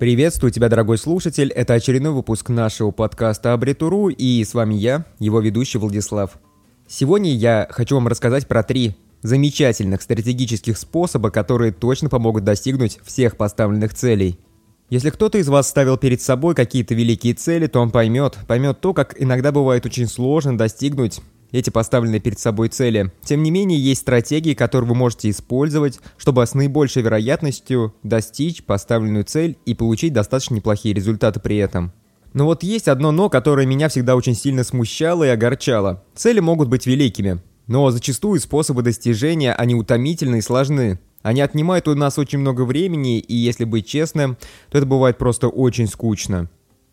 Приветствую тебя, дорогой слушатель, это очередной выпуск нашего подкаста Абритуру, и с вами я, его ведущий Владислав. Сегодня я хочу вам рассказать про 3 замечательных стратегических способа, которые точно помогут достигнуть всех поставленных целей. Если кто-то из вас ставил перед собой какие-то великие цели, то он поймет то, как иногда бывает очень сложно достигнуть эти поставленные перед собой цели. Тем не менее, есть стратегии, которые вы можете использовать, чтобы с наибольшей вероятностью достичь поставленную цель и получить достаточно неплохие результаты при этом. Но вот есть одно «но», которое меня всегда очень сильно смущало и огорчало. Цели могут быть великими, но зачастую способы достижения, они утомительны и сложны. Они отнимают у нас очень много времени, и если быть честным, то это бывает просто очень скучно.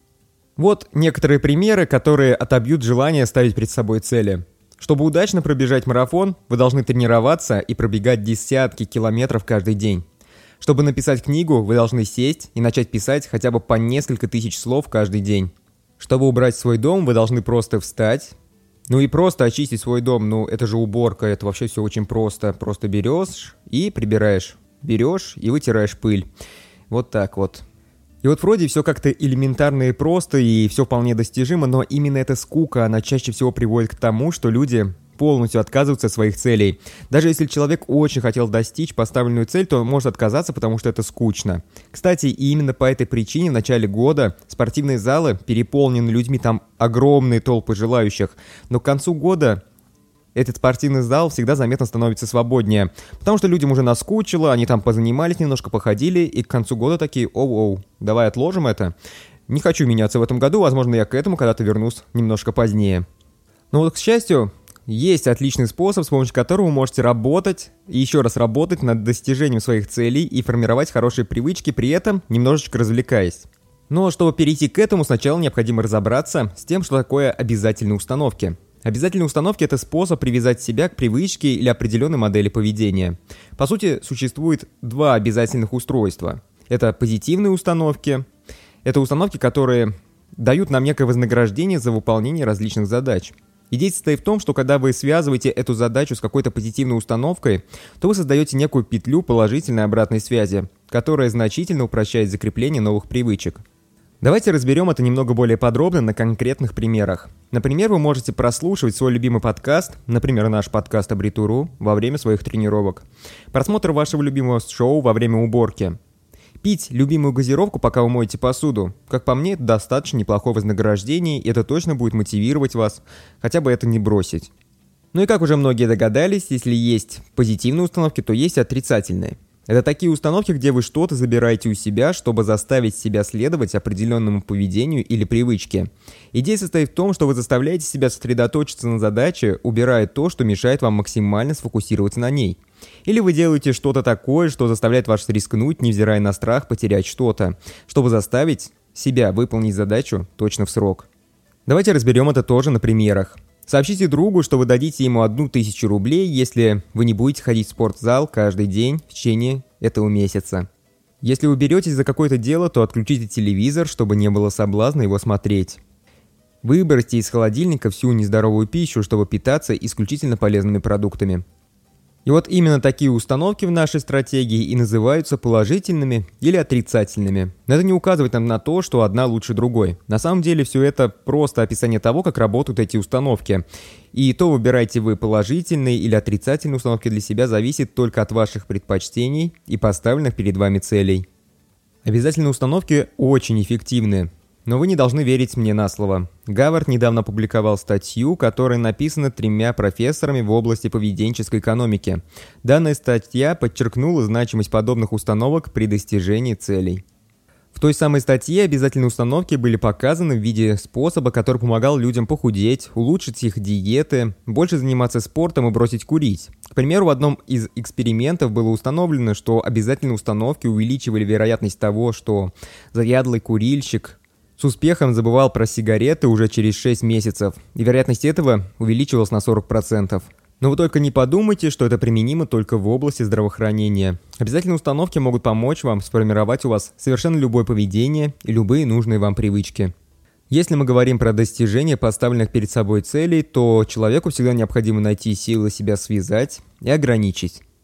Вот некоторые примеры, которые отобьют желание ставить перед собой цели. Чтобы удачно пробежать марафон, вы должны тренироваться и пробегать десятки километров каждый день. Чтобы написать книгу, вы должны сесть и начать писать хотя бы по несколько тысяч слов каждый день. Чтобы убрать свой дом, вы должны просто встать. И просто очистить свой дом, это же уборка, это вообще все очень просто. Просто берешь и прибираешь. Берешь и вытираешь пыль. Вот так вот. И вот вроде все как-то элементарно и просто, и все вполне достижимо, но именно эта скука, она чаще всего приводит к тому, что люди полностью отказываются от своих целей. Даже если человек очень хотел достичь поставленную цель, то он может отказаться, потому что это скучно. Кстати, и именно по этой причине в начале года спортивные залы переполнены людьми, там огромные толпы желающих, но к концу года этот спортивный зал всегда заметно становится свободнее, потому что людям уже наскучило, они там позанимались, немножко походили, и к концу года такие: оу, давай отложим это. Не хочу меняться в этом году, возможно, я к этому когда-то вернусь немножко позднее. Но вот, к счастью, есть отличный способ, с помощью которого вы можете работать и еще раз работать над достижением своих целей и формировать хорошие привычки, при этом немножечко развлекаясь. Но чтобы перейти к этому, сначала необходимо разобраться с тем, что такое обязательные установки. Обязательные установки – это способ привязать себя к привычке или определенной модели поведения. По сути, существует 2 обязательных устройства. Это позитивные установки. Это установки, которые дают нам некое вознаграждение за выполнение различных задач. Идея состоит в том, что когда вы связываете эту задачу с какой-то позитивной установкой, то вы создаете некую петлю положительной обратной связи, которая значительно упрощает закрепление новых привычек. Давайте разберем это немного более подробно на конкретных примерах. Например, вы можете прослушивать свой любимый подкаст, например, наш подкаст Абритуру, во время своих тренировок. Просмотр вашего любимого шоу во время уборки. Пить любимую газировку, пока вы моете посуду. Как по мне, это достаточно неплохое вознаграждение, и это точно будет мотивировать вас хотя бы это не бросить. И как уже многие догадались, если есть позитивные установки, то есть отрицательные. Это такие установки, где вы что-то забираете у себя, чтобы заставить себя следовать определенному поведению или привычке. Идея состоит в том, что вы заставляете себя сосредоточиться на задаче, убирая то, что мешает вам максимально сфокусироваться на ней. Или вы делаете что-то такое, что заставляет вас рискнуть, невзирая на страх потерять что-то, чтобы заставить себя выполнить задачу точно в срок. Давайте разберем это тоже на примерах. Сообщите другу, что вы дадите ему 1000 рублей, если вы не будете ходить в спортзал каждый день в течение этого месяца. Если вы беретесь за какое-то дело, то отключите телевизор, чтобы не было соблазна его смотреть. Выбросьте из холодильника всю нездоровую пищу, чтобы питаться исключительно полезными продуктами. И вот именно такие установки в нашей стратегии и называются положительными или отрицательными. Но это не указывает нам на то, что одна лучше другой. На самом деле все это просто описание того, как работают эти установки. И то, выбираете вы положительные или отрицательные установки для себя, зависит только от ваших предпочтений и поставленных перед вами целей. Обязательные установки очень эффективны. Но вы не должны верить мне на слово. Гарвард недавно опубликовал статью, которая написана 3 профессорами в области поведенческой экономики. Данная статья подчеркнула значимость подобных установок при достижении целей. В той самой статье обязательные установки были показаны в виде способа, который помогал людям похудеть, улучшить их диеты, больше заниматься спортом и бросить курить. К примеру, в одном из экспериментов было установлено, что обязательные установки увеличивали вероятность того, что заядлый курильщик с успехом забывал про сигареты уже через 6 месяцев, и вероятность этого увеличивалась на 40%. Но вы только не подумайте, что это применимо только в области здравоохранения. Обязательные установки могут помочь вам сформировать у вас совершенно любое поведение и любые нужные вам привычки. Если мы говорим про достижение поставленных перед собой целей, то человеку всегда необходимо найти силы себя связать и ограничить.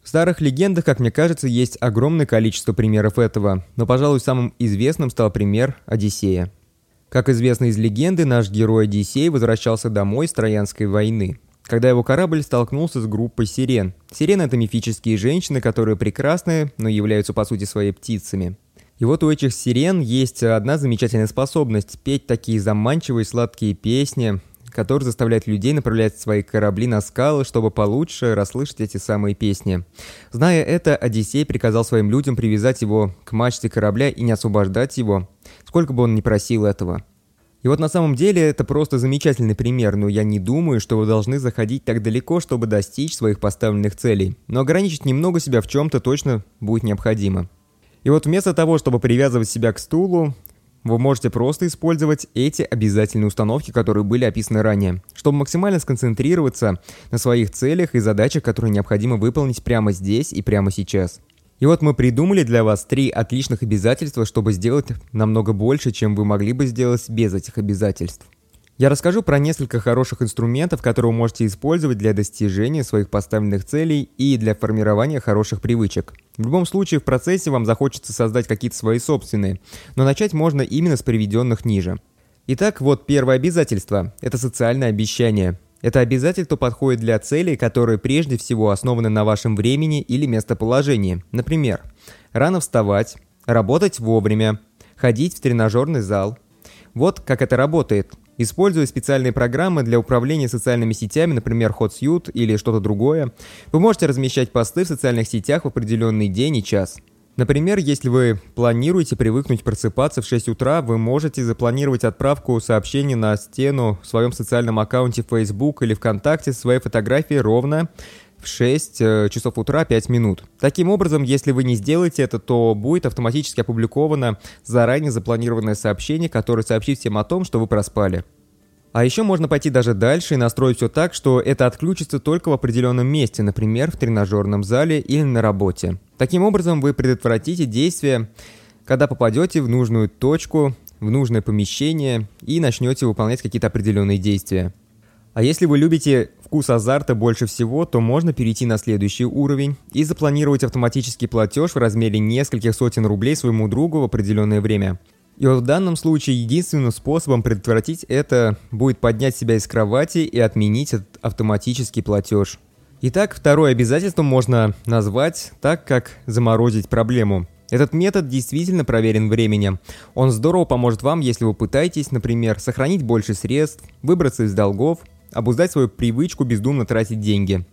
В старых легендах, как мне кажется, есть огромное количество примеров этого, но, пожалуй, самым известным стал пример Одиссея. Как известно из легенды, наш герой Одиссей возвращался домой с Троянской войны, когда его корабль столкнулся с группой сирен. Сирены — это мифические женщины, которые прекрасны, но являются по сути своей птицами. И вот у этих сирен есть одна замечательная способность — петь такие заманчивые сладкие песни, которые заставляют людей направлять свои корабли на скалы, чтобы получше расслышать эти самые песни. Зная это, Одиссей приказал своим людям привязать его к мачте корабля и не освобождать его, сколько бы он ни просил этого. И вот на самом деле это просто замечательный пример, но я не думаю, что вы должны заходить так далеко, чтобы достичь своих поставленных целей. Но ограничить немного себя в чем-то точно будет необходимо. И вот вместо того, чтобы привязывать себя к стулу, вы можете просто использовать эти обязательные установки, которые были описаны ранее, чтобы максимально сконцентрироваться на своих целях и задачах, которые необходимо выполнить прямо здесь и прямо сейчас. И вот мы придумали для вас 3 отличных обязательства, чтобы сделать намного больше, чем вы могли бы сделать без этих обязательств. Я расскажу про несколько хороших инструментов, которые вы можете использовать для достижения своих поставленных целей и для формирования хороших привычек. В любом случае, в процессе вам захочется создать какие-то свои собственные, но начать можно именно с приведенных ниже. Итак, вот первое обязательство – это социальное обещание. Это обязательство подходит для целей, которые прежде всего основаны на вашем времени или местоположении. Например, рано вставать, работать вовремя, ходить в тренажерный зал. Вот как это работает. Используя специальные программы для управления социальными сетями, например, Hotsuite или что-то другое, вы можете размещать посты в социальных сетях в определенный день и час. Например, если вы планируете привыкнуть просыпаться в 6 утра, вы можете запланировать отправку сообщений на стену в своем социальном аккаунте Facebook или ВКонтакте со своей фотографией ровно в 6 часов утра 5 минут. Таким образом, если вы не сделаете это, то будет автоматически опубликовано заранее запланированное сообщение, которое сообщит всем о том, что вы проспали. А еще можно пойти даже дальше и настроить все так, что это отключится только в определенном месте, например, в тренажерном зале или на работе. Таким образом, вы предотвратите действия, когда попадете в нужную точку, в нужное помещение и начнете выполнять какие-то определенные действия. А если вы любите вкус азарта больше всего, то можно перейти на следующий уровень и запланировать автоматический платеж в размере нескольких сотен рублей своему другу в определенное время. И вот в данном случае единственным способом предотвратить это будет поднять себя из кровати и отменить этот автоматический платеж. Итак, второе обязательство можно назвать так, как заморозить проблему. Этот метод действительно проверен временем. Он здорово поможет вам, если вы пытаетесь, например, сохранить больше средств, выбраться из долгов, обуздать свою привычку бездумно тратить деньги.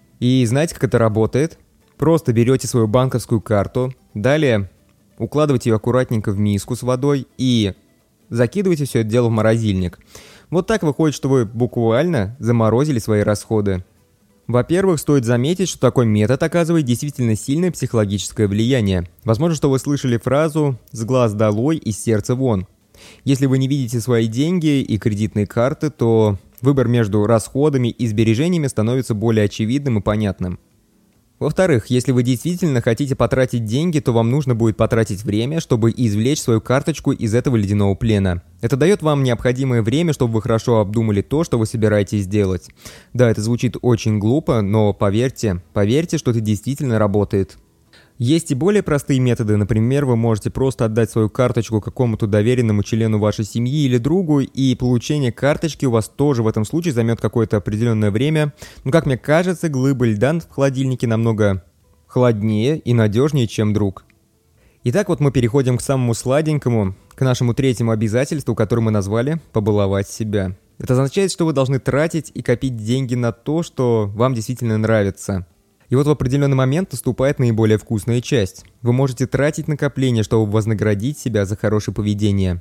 И знаете, как это работает? Просто берете свою банковскую карту, далее укладывайте ее аккуратненько в миску с водой и закидывайте все это дело в морозильник. Вот так выходит, что вы буквально заморозили свои расходы. Во-первых, стоит заметить, что такой метод оказывает действительно сильное психологическое влияние. Возможно, что вы слышали фразу «с глаз долой, из сердца вон». Если вы не видите свои деньги и кредитные карты, то выбор между расходами и сбережениями становится более очевидным и понятным. Во-вторых, если вы действительно хотите потратить деньги, то вам нужно будет потратить время, чтобы извлечь свою карточку из этого ледяного плена. Это дает вам необходимое время, чтобы вы хорошо обдумали то, что вы собираетесь сделать. Да, это звучит очень глупо, но поверьте, что это действительно работает. Есть и более простые методы, например, вы можете просто отдать свою карточку какому-то доверенному члену вашей семьи или другу, и получение карточки у вас тоже в этом случае займет какое-то определенное время. Но, как мне кажется, глыба льда в холодильнике намного холоднее и надежнее, чем друг. Итак, вот мы переходим к самому сладенькому, к нашему третьему обязательству, которое мы назвали «побаловать себя». Это означает, что вы должны тратить и копить деньги на то, что вам действительно нравится. И вот в определенный момент наступает наиболее вкусная часть. Вы можете тратить накопления, чтобы вознаградить себя за хорошее поведение.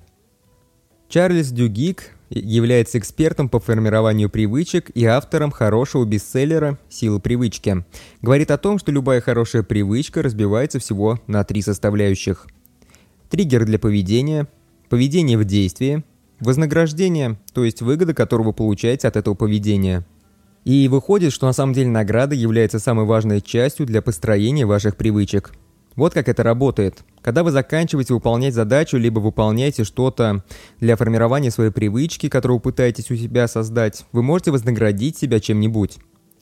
Чарльз Дюгик является экспертом по формированию привычек и автором хорошего бестселлера «Сила привычки». Говорит о том, что любая хорошая привычка разбивается всего на 3 составляющих. Триггер для поведения, поведение в действии, вознаграждение, то есть выгода, которую вы получаете от этого поведения. И выходит, что на самом деле награда является самой важной частью для построения ваших привычек. Вот как это работает. Когда вы заканчиваете выполнять задачу, либо выполняете что-то для формирования своей привычки, которую вы пытаетесь у себя создать, вы можете вознаградить себя чем-нибудь.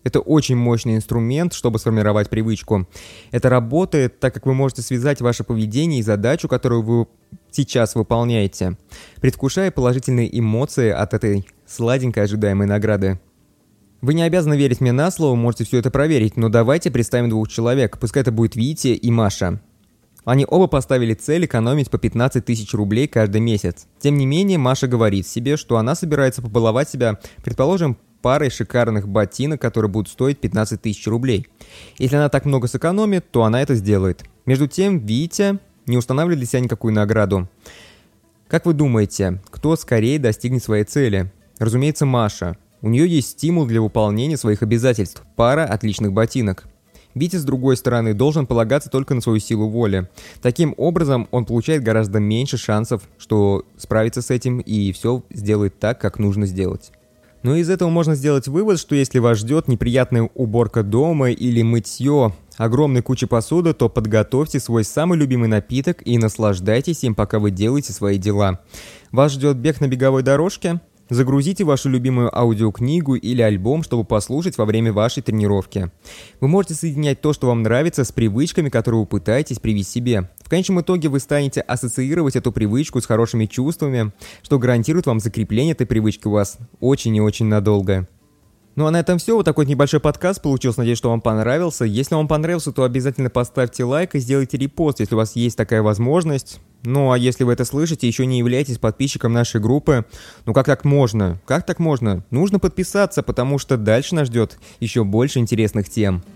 Это очень мощный инструмент, чтобы сформировать привычку. Это работает, так как вы можете связать ваше поведение и задачу, которую вы сейчас выполняете, предвкушая положительные эмоции от этой сладенькой ожидаемой награды. Вы не обязаны верить мне на слово, можете все это проверить, но давайте представим двух человек, пускай это будет Витя и Маша. Они оба поставили цель экономить по 15 тысяч рублей каждый месяц. Тем не менее, Маша говорит себе, что она собирается побаловать себя, предположим, парой шикарных ботинок, которые будут стоить 15 тысяч рублей. Если она так много сэкономит, то она это сделает. Между тем, Витя не устанавливает для себя никакую награду. Как вы думаете, кто скорее достигнет своей цели? Разумеется, Маша. У нее есть стимул для выполнения своих обязательств – пара отличных ботинок. Витя, с другой стороны, должен полагаться только на свою силу воли. Таким образом, он получает гораздо меньше шансов, что справится с этим и все сделает так, как нужно сделать. Но из этого можно сделать вывод, что если вас ждет неприятная уборка дома или мытье огромной кучи посуды, то подготовьте свой самый любимый напиток и наслаждайтесь им, пока вы делаете свои дела. Вас ждет бег на беговой дорожке? Загрузите вашу любимую аудиокнигу или альбом, чтобы послушать во время вашей тренировки. Вы можете соединять то, что вам нравится, с привычками, которые вы пытаетесь привить себе. В конечном итоге вы станете ассоциировать эту привычку с хорошими чувствами, что гарантирует вам закрепление этой привычки у вас очень и очень надолго. Ну а на этом все. Вот такой небольшой подкаст получился. Надеюсь, что вам понравился. Если вам понравился, то обязательно поставьте лайк и сделайте репост, если у вас есть такая возможность. Ну а если вы это слышите, еще не являетесь подписчиком нашей группы, ну как так можно? Как так можно? Нужно подписаться, потому что дальше нас ждет еще больше интересных тем.